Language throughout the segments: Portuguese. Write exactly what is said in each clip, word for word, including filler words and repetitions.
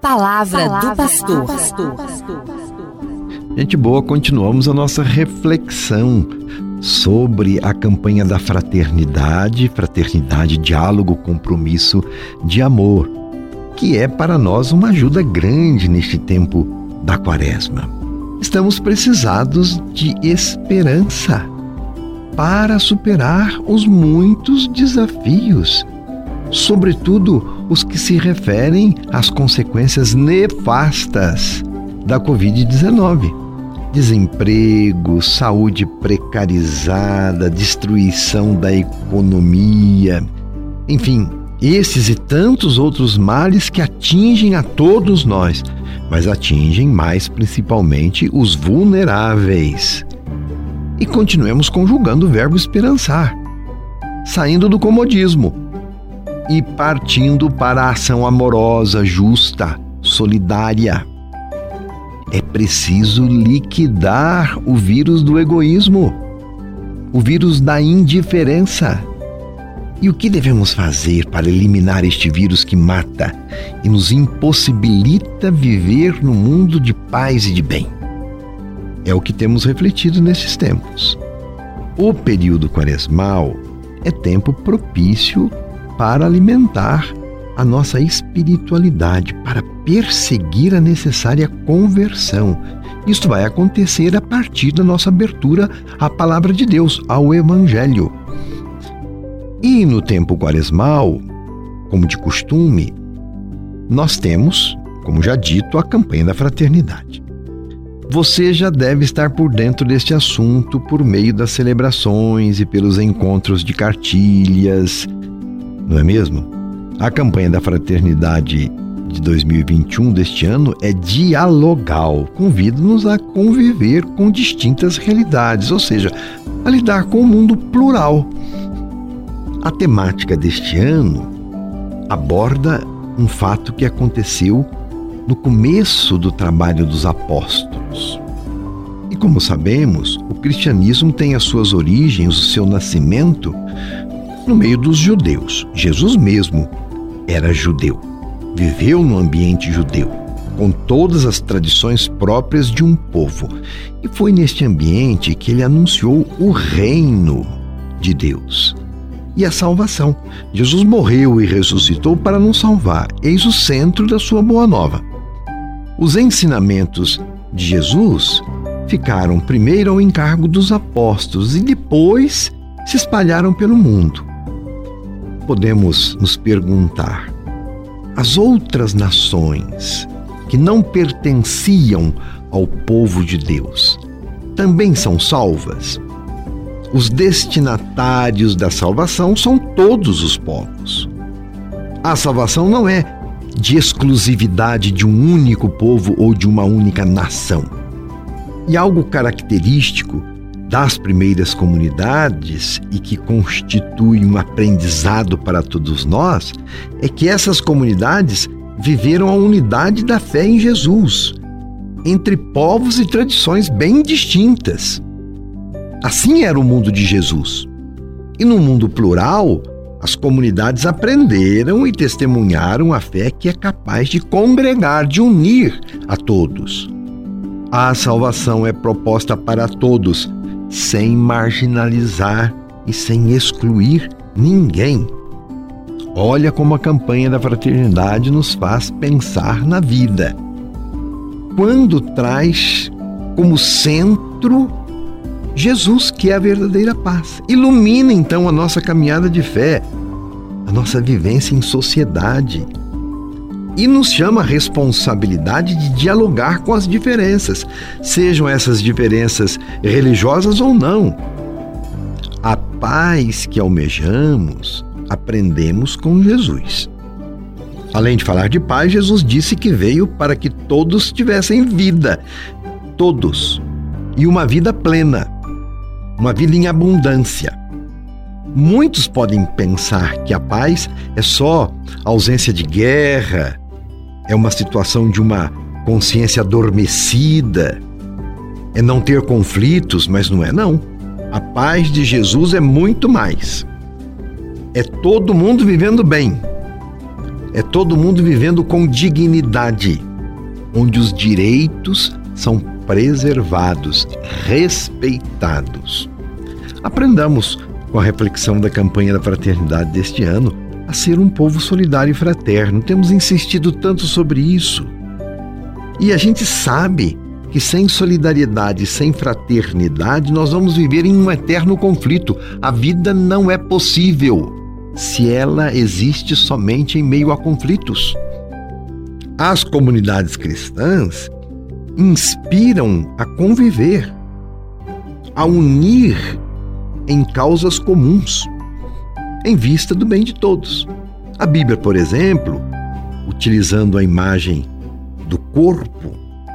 Palavra, Palavra do pastor. pastor. Gente boa, continuamos a nossa reflexão sobre a campanha da fraternidade, fraternidade, diálogo, compromisso de amor, que é para nós uma ajuda grande neste tempo da quaresma. Estamos precisados de esperança para superar os muitos desafios, sobretudo os que se referem às consequências nefastas da covid dezenove. Desemprego, saúde precarizada, destruição da economia, enfim, esses e tantos outros males que atingem a todos nós, mas atingem mais principalmente os vulneráveis. E continuemos conjugando o verbo esperançar, saindo do comodismo e partindo para a ação amorosa, justa, solidária. É preciso liquidar o vírus do egoísmo, o vírus da indiferença. E o que devemos fazer para eliminar este vírus que mata e nos impossibilita viver no mundo de paz e de bem? É o que temos refletido nesses tempos. O período quaresmal é tempo propício para alimentar a nossa espiritualidade, para perseguir a necessária conversão. Isto vai acontecer a partir da nossa abertura à Palavra de Deus, ao Evangelho. E no tempo quaresmal, como de costume, nós temos, como já dito, a campanha da fraternidade. Você já deve estar por dentro deste assunto por meio das celebrações e pelos encontros de cartilhas, não é mesmo? A campanha da fraternidade de dois mil e vinte e um deste ano é dialogal, convida-nos a conviver com distintas realidades, ou seja, a lidar com o mundo plural. A temática deste ano aborda um fato que aconteceu no começo do trabalho dos apóstolos. E como sabemos, o cristianismo tem as suas origens, o seu nascimento, no meio dos judeus. Jesus mesmo era judeu, viveu no ambiente judeu, com todas as tradições próprias de um povo. E foi neste ambiente que ele anunciou o reino de Deus e a salvação. Jesus morreu e ressuscitou para nos salvar. Eis o centro da sua boa nova. Os ensinamentos de Jesus ficaram primeiro ao encargo dos apóstolos e depois se espalharam pelo mundo. Podemos nos perguntar: as outras nações que não pertenciam ao povo de Deus também são salvas? Os destinatários da salvação são todos os povos. A salvação não é de exclusividade de um único povo ou de uma única nação. E algo característico das primeiras comunidades e que constitui um aprendizado para todos nós é que essas comunidades viveram a unidade da fé em Jesus, entre povos e tradições bem distintas. Assim era o mundo de Jesus. E no mundo plural, as comunidades aprenderam e testemunharam a fé que é capaz de congregar, de unir a todos. A salvação é proposta para todos, sem marginalizar e sem excluir ninguém. Olha como a campanha da fraternidade nos faz pensar na vida. Quando traz como centro Jesus, que é a verdadeira paz. Ilumina então a nossa caminhada de fé, a nossa vivência em sociedade. E nos chama a responsabilidade de dialogar com as diferenças, sejam essas diferenças religiosas ou não. A paz que almejamos, aprendemos com Jesus. Além de falar de paz, Jesus disse que veio para que todos tivessem vida, todos, e uma vida plena, uma vida em abundância. Muitos podem pensar que a paz é só ausência de guerra, é uma situação de uma consciência adormecida, é não ter conflitos, mas não é não. A paz de Jesus é muito mais. É todo mundo vivendo bem. É todo mundo vivendo com dignidade, onde os direitos são preservados, respeitados. Aprendamos, com a reflexão da campanha da fraternidade deste ano, a ser um povo solidário e fraterno. Temos insistido tanto sobre isso. E a gente sabe que sem solidariedade, sem fraternidade, nós vamos viver em um eterno conflito. A vida não é possível se ela existe somente em meio a conflitos. As comunidades cristãs inspiram a conviver, a unir em causas comuns, em vista do bem de todos. A Bíblia, por exemplo, utilizando a imagem do corpo,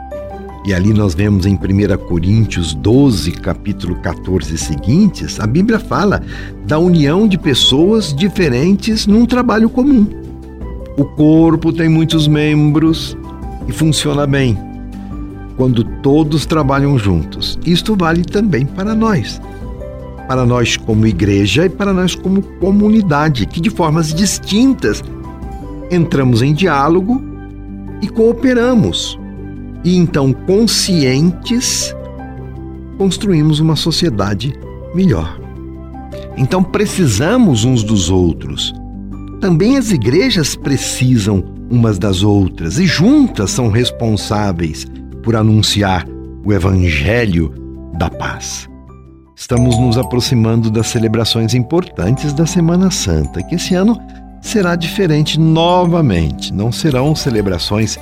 e ali nós vemos em primeira Coríntios doze, capítulo quatorze e seguintes, a Bíblia fala da união de pessoas diferentes num trabalho comum. O corpo tem muitos membros e funciona bem quando todos trabalham juntos. Isto vale também para nós. Para nós como igreja e para nós como comunidade, que de formas distintas entramos em diálogo e cooperamos. E então, conscientes, construímos uma sociedade melhor. Então, precisamos uns dos outros. Também as igrejas precisam umas das outras e juntas são responsáveis por anunciar o Evangelho da paz. Estamos nos aproximando das celebrações importantes da Semana Santa, que esse ano será diferente novamente. Não serão celebrações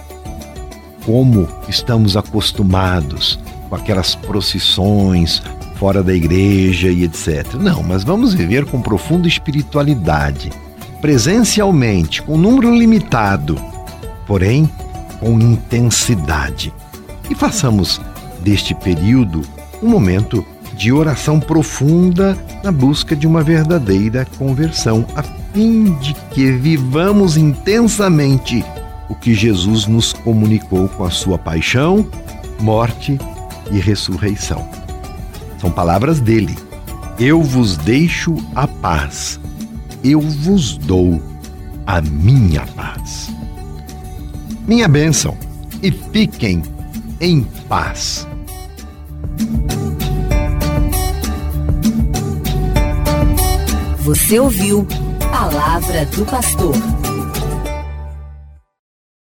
como estamos acostumados, com aquelas procissões fora da igreja e etcétera. Não, mas vamos viver com profunda espiritualidade, presencialmente, com número limitado, porém com intensidade. E façamos deste período um momento de oração profunda na busca de uma verdadeira conversão, a fim de que vivamos intensamente o que Jesus nos comunicou com a sua paixão, morte e ressurreição. São palavras dele. Eu vos deixo a paz, eu vos dou a minha paz. Minha bênção, e fiquem em paz. Você ouviu Palavra do Pastor.